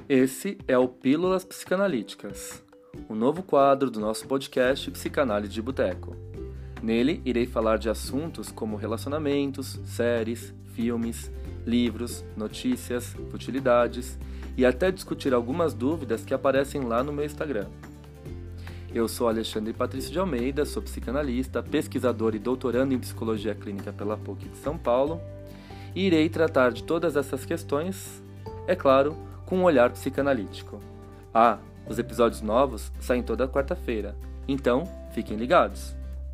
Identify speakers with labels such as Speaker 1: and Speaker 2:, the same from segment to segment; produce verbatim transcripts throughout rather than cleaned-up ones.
Speaker 1: Esse é o Pílulas Psicanalíticas, o novo quadro do nosso podcast Psicanálise de Boteco. Nele, irei falar de assuntos como relacionamentos, séries, filmes, livros, notícias, futilidades e até discutir algumas dúvidas que aparecem lá no meu Instagram. Eu sou Alexandre Patrício de Almeida, sou psicanalista, pesquisador e doutorando em Psicologia Clínica pela P U C de São Paulo e irei tratar de todas essas questões, é claro, com um olhar psicanalítico. Ah, os episódios novos saem toda quarta-feira, então fiquem ligados!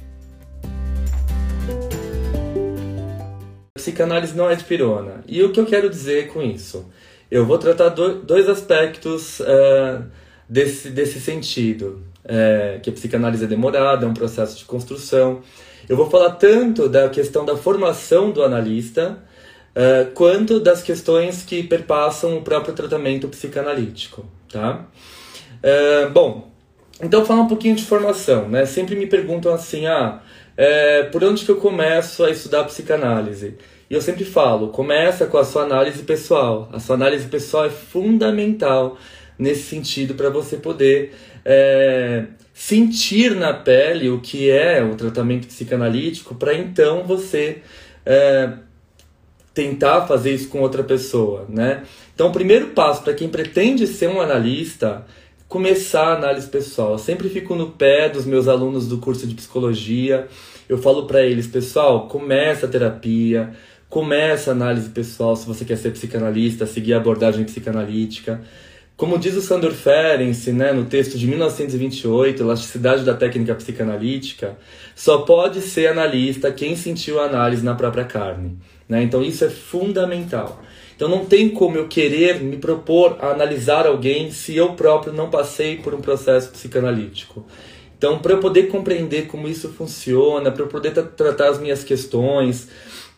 Speaker 1: A psicanálise não é de pirona. E o que eu quero dizer com isso? Eu vou tratar do, dois aspectos uh, desse, desse sentido. É, que a psicanálise é demorada, é um processo de construção. Eu vou falar tanto da questão da formação do analista, uh, quanto das questões que perpassam o próprio tratamento psicanalítico. Tá? Uh, bom, então falar um pouquinho de formação. Né? Sempre me perguntam assim, ah, é, por onde que eu começo a estudar psicanálise? E eu sempre falo, começa com a sua análise pessoal. A sua análise pessoal é fundamental nesse sentido para você poder é, sentir na pele o que é o tratamento psicanalítico, para então você é, tentar fazer isso com outra pessoa, né? Então o primeiro passo para quem pretende ser um analista, começar a análise pessoal. Eu sempre fico no pé dos meus alunos do curso de psicologia, eu falo para eles, pessoal, começa a terapia, começa a análise pessoal se você quer ser psicanalista, seguir a abordagem psicanalítica. Como diz o Sandor Ferenczi, né, no texto de mil novecentos e vinte e oito, Elasticidade da Técnica Psicanalítica, só pode ser analista quem sentiu a análise na própria carne. Né? Então isso é fundamental. Então não tem como eu querer me propor a analisar alguém se eu próprio não passei por um processo psicanalítico. Então, para eu poder compreender como isso funciona, para eu poder tra- tratar as minhas questões,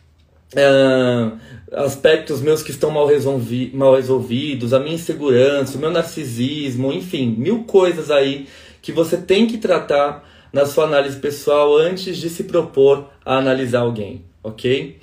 Speaker 1: Uh, aspectos meus que estão mal, resolvi- mal resolvidos, a minha insegurança, o meu narcisismo, enfim, mil coisas aí que você tem que tratar na sua análise pessoal antes de se propor a analisar alguém, ok?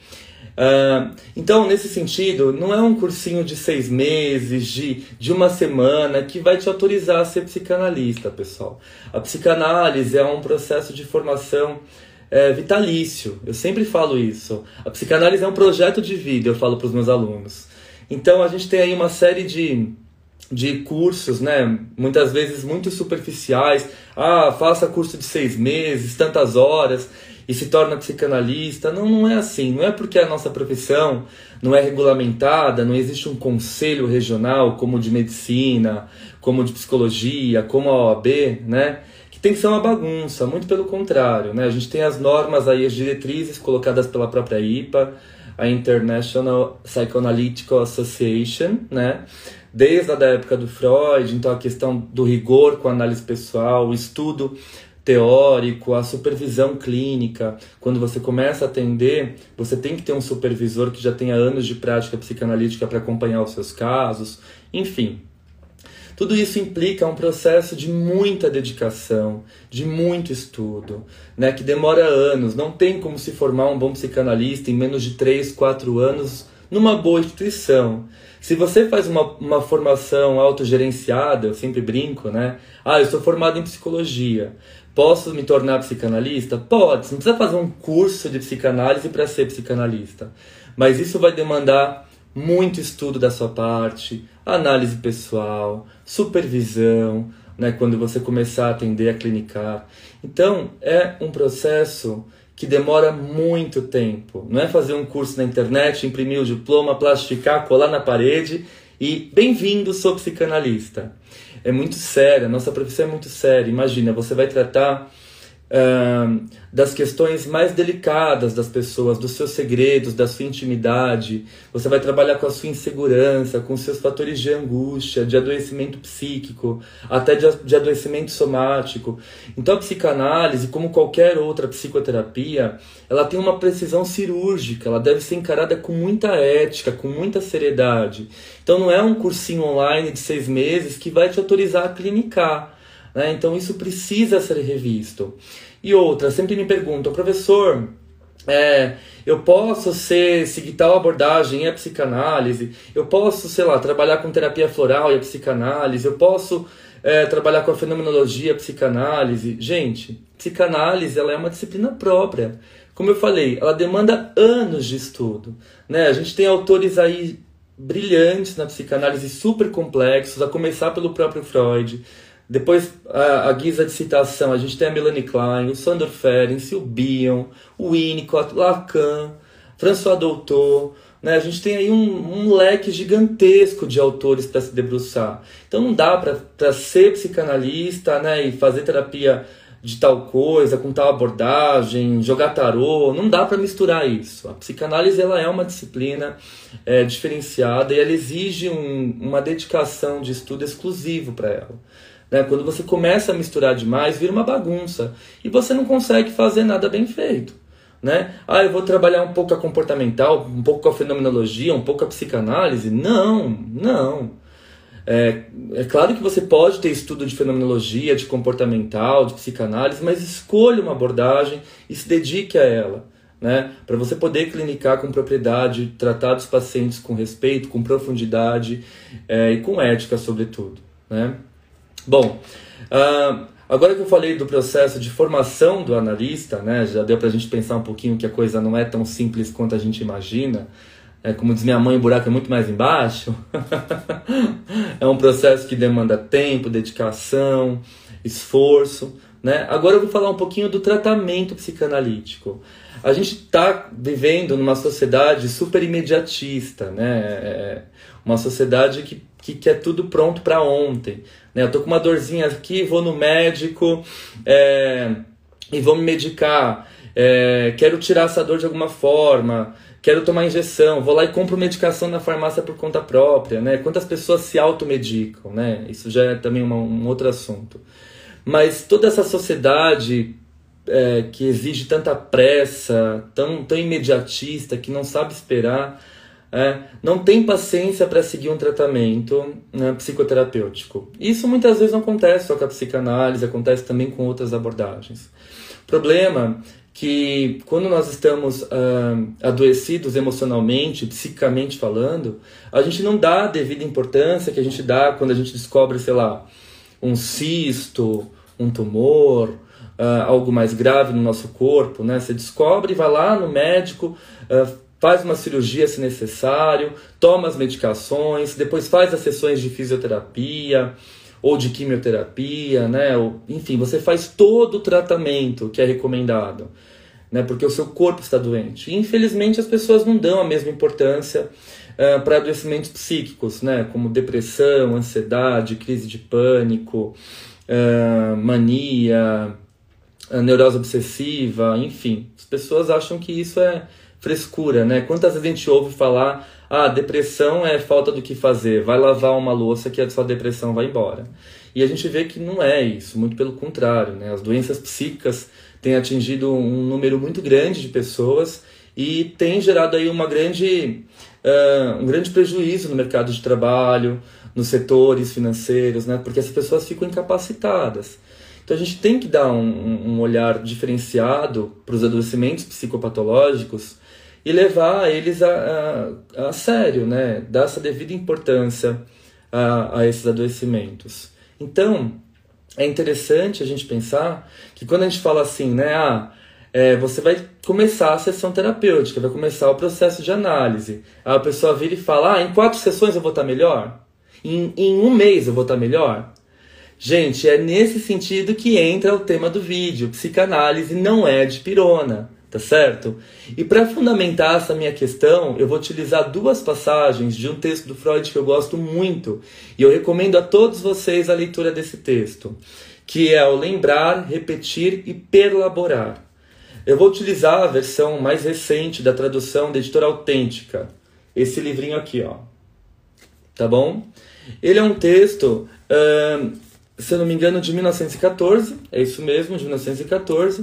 Speaker 1: Uh, então, nesse sentido, não é um cursinho de seis meses, de, de uma semana, que vai te autorizar a ser psicanalista, pessoal. A psicanálise é um processo de formação É, vitalício, eu sempre falo isso. A psicanálise é um projeto de vida, eu falo para os meus alunos. Então a gente tem aí uma série de, de cursos, né? Muitas vezes muito superficiais. Ah, faça curso de seis meses, tantas horas, e se torna psicanalista. Não, não é assim. Não é porque a nossa profissão não é regulamentada, não existe um conselho regional como o de medicina, como o de psicologia, como a O A B, né? Tem que ser uma bagunça, muito pelo contrário, né? A gente tem as normas aí, as diretrizes colocadas pela própria I P A, a International Psychoanalytical Association, né? Desde a da época do Freud, então a questão do rigor com a análise pessoal, o estudo teórico, a supervisão clínica. Quando você começa a atender, você tem que ter um supervisor que já tenha anos de prática psicanalítica para acompanhar os seus casos, enfim. Tudo isso implica um processo de muita dedicação, de muito estudo, né, que demora anos. Não tem como se formar um bom psicanalista em menos de três, quatro anos numa boa instituição. Se você faz uma, uma formação autogerenciada, eu sempre brinco, né? Ah, eu sou formado em psicologia. Posso me tornar psicanalista? Pode. Você não precisa fazer um curso de psicanálise para ser psicanalista. Mas isso vai demandar muito estudo da sua parte, análise pessoal, supervisão, né, quando você começar a atender, a clinicar. Então, é um processo que demora muito tempo. Não é fazer um curso na internet, imprimir o diploma, plastificar, colar na parede e bem-vindo, sou psicanalista. É muito sério, a nossa profissão é muito séria. Imagina, você vai tratar Uh, das questões mais delicadas das pessoas, dos seus segredos, da sua intimidade. Você vai trabalhar com a sua insegurança, com seus fatores de angústia, de adoecimento psíquico, até de, de adoecimento somático. Então a psicanálise, como qualquer outra psicoterapia, ela tem uma precisão cirúrgica, ela deve ser encarada com muita ética, com muita seriedade. Então não é um cursinho online de seis meses que vai te autorizar a clinicar. Então isso precisa ser revisto. E outra, sempre me perguntam, professor, É, eu posso ser, seguir tal abordagem e a psicanálise, eu posso, sei lá, trabalhar com terapia floral e a psicanálise, eu posso é, trabalhar com a fenomenologia e a psicanálise. Gente, psicanálise ela é uma disciplina própria. Como eu falei, ela demanda anos de estudo, né? A gente tem autores aí brilhantes na psicanálise, super complexos, a começar pelo próprio Freud. Depois, a, a guisa de citação, a gente tem a Melanie Klein, o Sandor Ferenczi, o Bion, o Winnicott, Lacan, François Dolto, né? A gente tem aí um, um leque gigantesco de autores para se debruçar. Então não dá para ser psicanalista, né, e fazer terapia de tal coisa, com tal abordagem, jogar tarô, não dá para misturar isso. A psicanálise ela é uma disciplina é, diferenciada e ela exige um, uma dedicação de estudo exclusivo para ela. Né? Quando você começa a misturar demais, vira uma bagunça e você não consegue fazer nada bem feito. Né? Ah, eu vou trabalhar um pouco a comportamental, um pouco a fenomenologia, um pouco a psicanálise. Não, não. É, é claro que você pode ter estudo de fenomenologia, de comportamental, de psicanálise, mas escolha uma abordagem e se dedique a ela, né? Para você poder clinicar com propriedade, tratar dos pacientes com respeito, com profundidade é, e com ética, sobretudo, né? Bom, uh, agora que eu falei do processo de formação do analista, né, já deu para a gente pensar um pouquinho que a coisa não é tão simples quanto a gente imagina. É, como diz minha mãe, o buraco é muito mais embaixo. É um processo que demanda tempo, dedicação, esforço, né? Agora eu vou falar um pouquinho do tratamento psicanalítico. A gente está vivendo numa sociedade super imediatista, né? É uma sociedade que, que quer tudo pronto para ontem, né? Eu tô com uma dorzinha aqui, vou no médico é, e vou me medicar. É, quero tirar essa dor de alguma forma, quero tomar injeção, vou lá e compro medicação na farmácia por conta própria, né? Quantas pessoas se automedicam, né? Isso já é também uma, um outro assunto. Mas toda essa sociedade é, que exige tanta pressa, tão, tão imediatista, que não sabe esperar, é, não tem paciência para seguir um tratamento, né, psicoterapêutico. Isso muitas vezes não acontece só com a psicanálise, acontece também com outras abordagens. Problema que quando nós estamos uh, adoecidos emocionalmente, psicamente falando, a gente não dá a devida importância que a gente dá quando a gente descobre, sei lá, um cisto, um tumor, uh, algo mais grave no nosso corpo, né? Você descobre, vai lá no médico, uh, faz uma cirurgia se necessário, toma as medicações, depois faz as sessões de fisioterapia ou de quimioterapia, né? Ou, enfim, você faz todo o tratamento que é recomendado, né? Porque o seu corpo está doente. E, infelizmente, as pessoas não dão a mesma importância uh, para adoecimentos psíquicos, né? Como depressão, ansiedade, crise de pânico, uh, mania, uh, neurose obsessiva, enfim. As pessoas acham que isso é frescura, né? Quantas vezes a gente ouve falar, ah, depressão é falta do que fazer, vai lavar uma louça que a sua depressão vai embora. E a gente vê que não é isso, muito pelo contrário, né? As doenças psíquicas têm atingido um número muito grande de pessoas e tem gerado aí uma grande, uh, um grande prejuízo no mercado de trabalho, nos setores financeiros, né? Porque as pessoas ficam incapacitadas. Então a gente tem que dar um, um olhar diferenciado para os adoecimentos psicopatológicos e levar eles a, a, a sério, né? Dar essa devida importância a, a esses adoecimentos. Então, é interessante a gente pensar que quando a gente fala assim, né? Ah, é, você vai começar a sessão terapêutica, vai começar o processo de análise. A pessoa vira e fala, ah, em quatro sessões eu vou estar melhor? Em, em um mês eu vou estar melhor? Gente, é nesse sentido que entra o tema do vídeo. Psicanálise não é dipirona, tá certo? E para fundamentar essa minha questão, eu vou utilizar duas passagens de um texto do Freud que eu gosto muito, e eu recomendo a todos vocês a leitura desse texto, que é o Lembrar, Repetir e Perlaborar. Eu vou utilizar a versão mais recente da tradução da Editora Autêntica, esse livrinho aqui, ó. Tá bom? Ele é um texto... Uh, se eu não me engano, de mil novecentos e quatorze, é isso mesmo, de mil novecentos e quatorze.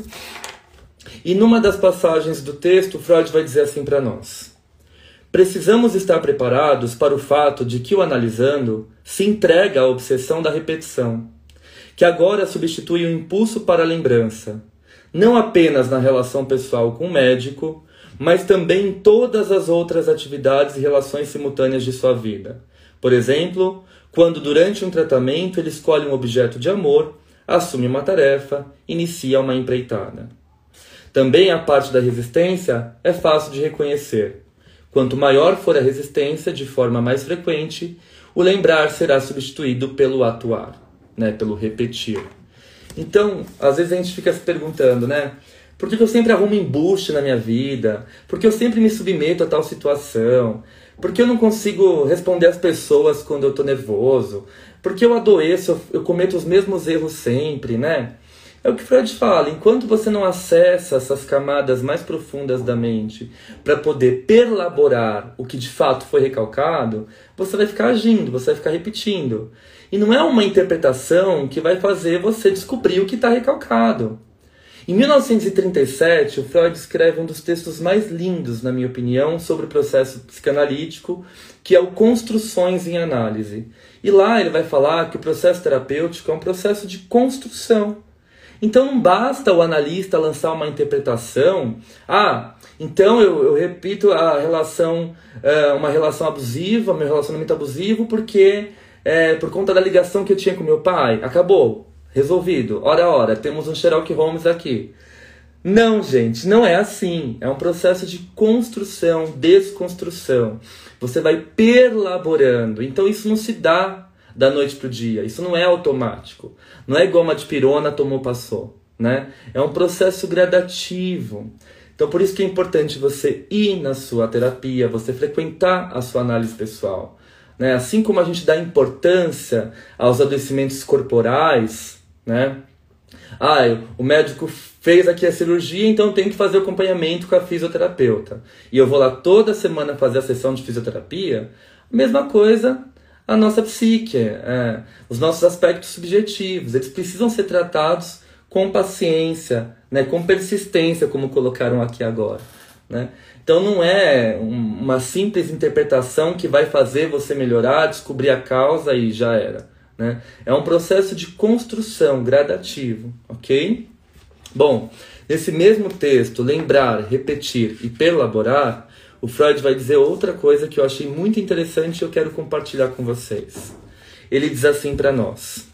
Speaker 1: E numa das passagens do texto, Freud vai dizer assim para nós: precisamos estar preparados para o fato de que o analisando se entrega à obsessão da repetição, que agora substitui o impulso para a lembrança. não apenas na relação pessoal com o médico, mas também em todas as outras atividades e relações simultâneas de sua vida. Por exemplo, quando durante um tratamento ele escolhe um objeto de amor, assume uma tarefa, inicia uma empreitada. Também a parte da resistência é fácil de reconhecer. Quanto maior for a resistência, de forma mais frequente, o lembrar será substituído pelo atuar, né, pelo repetir. Então, às vezes a gente fica se perguntando, né? Por que eu sempre arrumo embuste na minha vida? Por que eu sempre me submeto a tal situação? Por que eu não consigo responder às pessoas quando eu estou nervoso? Por que eu adoeço, eu cometo os mesmos erros sempre, né? É o que Freud fala, enquanto você não acessa essas camadas mais profundas da mente para poder perlaborar o que de fato foi recalcado, você vai ficar agindo, você vai ficar repetindo. E não é uma interpretação que vai fazer você descobrir o que está recalcado. Em mil novecentos e trinta e sete, o Freud escreve um dos textos mais lindos, na minha opinião, sobre o processo psicanalítico, que é o Construções em Análise. E lá ele vai falar que o processo terapêutico é um processo de construção. Então não basta o analista lançar uma interpretação, ah, então eu, eu repito a relação, é, uma relação abusiva, meu relacionamento abusivo, porque é, por conta da ligação que eu tinha com meu pai, acabou. Resolvido. Ora, ora, temos um Sherlock Holmes aqui. Não, gente, não é assim. É um processo de construção, desconstrução. Você vai perlaborando. Então isso não se dá da noite para o dia. Isso não é automático. Não é igual uma dipirona, tomou, passou. Né? É um processo gradativo. Então por isso que é importante você ir na sua terapia, você frequentar a sua análise pessoal. Né? Assim como a gente dá importância aos adoecimentos corporais, né? Ah, o médico fez aqui a cirurgia, então eu tenho que fazer o acompanhamento com a fisioterapeuta. E eu vou lá toda semana fazer a sessão de fisioterapia. Mesma coisa a nossa psique, é, os nossos aspectos subjetivos. Eles precisam ser tratados com paciência, né? Com persistência, como colocaram aqui agora. Né? Então não é uma simples interpretação que vai fazer você melhorar, descobrir a causa e já era. Né? É um processo de construção gradativo, ok? Bom, nesse mesmo texto, lembrar, repetir e perlaborar, o Freud vai dizer outra coisa que eu achei muito interessante e eu quero compartilhar com vocês. Ele diz assim para nós: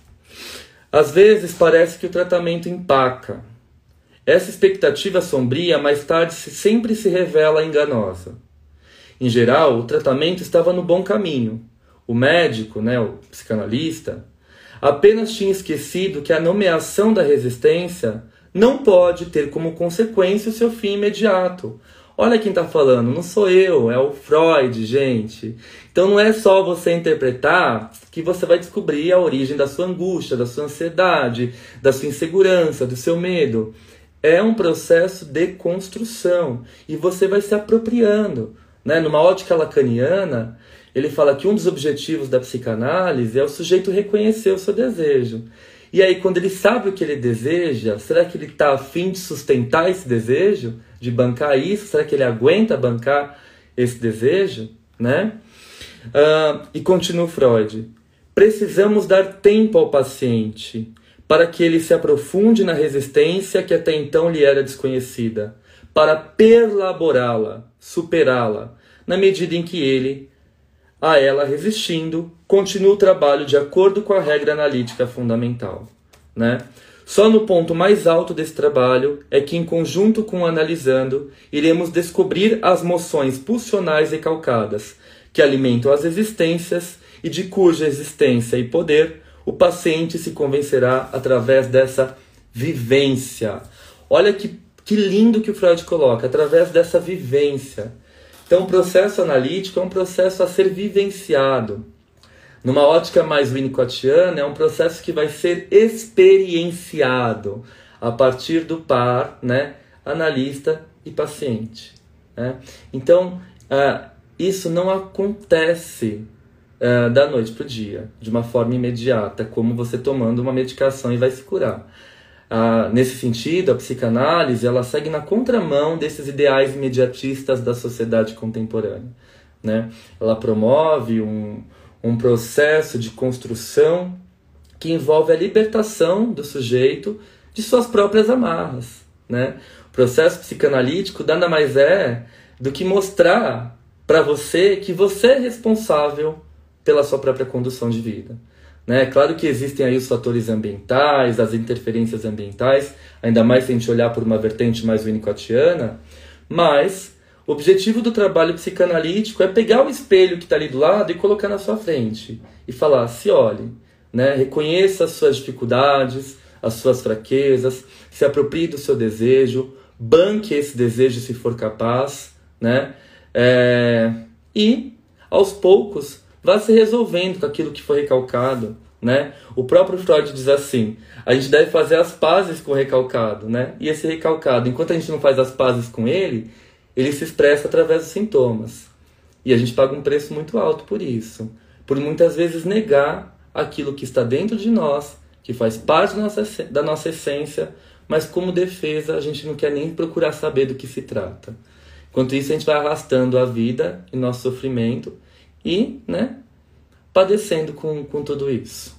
Speaker 1: às vezes parece que o tratamento empaca. Essa expectativa sombria mais tarde sempre se revela enganosa. Em geral, o tratamento estava no bom caminho. O médico, né, o psicanalista, apenas tinha esquecido que a nomeação da resistência não pode ter como consequência o seu fim imediato. Olha quem está falando, não sou eu, é o Freud, gente. Então não é só você interpretar que você vai descobrir a origem da sua angústia, da sua ansiedade, da sua insegurança, do seu medo. É um processo de construção e você vai se apropriando. Né? Numa ótica lacaniana, ele fala que um dos objetivos da psicanálise é o sujeito reconhecer o seu desejo. E aí, quando ele sabe o que ele deseja, será que ele está a fim de sustentar esse desejo? De bancar isso? Será que ele aguenta bancar esse desejo? Né? Uh, e continua Freud. Precisamos dar tempo ao paciente para que ele se aprofunde na resistência que até então lhe era desconhecida, para perlaborá-la, superá-la, na medida em que ele, a ela resistindo, continua o trabalho de acordo com a regra analítica fundamental. Né? Só no ponto mais alto desse trabalho é que, em conjunto com o analisando, iremos descobrir as moções pulsionais recalcadas, que alimentam as existências e de cuja existência e poder o paciente se convencerá através dessa vivência. Olha que, que lindo que o Freud coloca, através dessa vivência. Então, o processo analítico é um processo a ser vivenciado. Numa ótica mais winnicottiana, é um processo que vai ser experienciado a partir do par, né, analista e paciente. Né? Então, uh, isso não acontece uh, da noite para o dia, de uma forma imediata, como você tomando uma medicação e vai se curar. Ah, nesse sentido, a psicanálise ela segue na contramão desses ideais imediatistas da sociedade contemporânea. Né? Ela promove um, um processo de construção que envolve a libertação do sujeito de suas próprias amarras. né? O processo psicanalítico nada mais é do que mostrar para você que você é responsável pela sua própria condução de vida. Né? Claro que existem aí os fatores ambientais, as interferências ambientais, ainda mais se a gente olhar por uma vertente mais winnicottiana, mas o objetivo do trabalho psicanalítico é pegar o espelho que está ali do lado e colocar na sua frente e falar, se olhe, né? Reconheça as suas dificuldades, as suas fraquezas, se aproprie do seu desejo, banque esse desejo se for capaz, né? É... e, aos poucos, vá se resolvendo com aquilo que foi recalcado, né? O próprio Freud diz assim, a gente deve fazer as pazes com o recalcado, né? E esse recalcado, enquanto a gente não faz as pazes com ele, ele se expressa através dos sintomas. E a gente paga um preço muito alto por isso, por muitas vezes negar aquilo que está dentro de nós, que faz parte da nossa, da nossa essência, mas como defesa a gente não quer nem procurar saber do que se trata. Enquanto isso a gente vai arrastando a vida e nosso sofrimento, e, né, padecendo com, com tudo isso.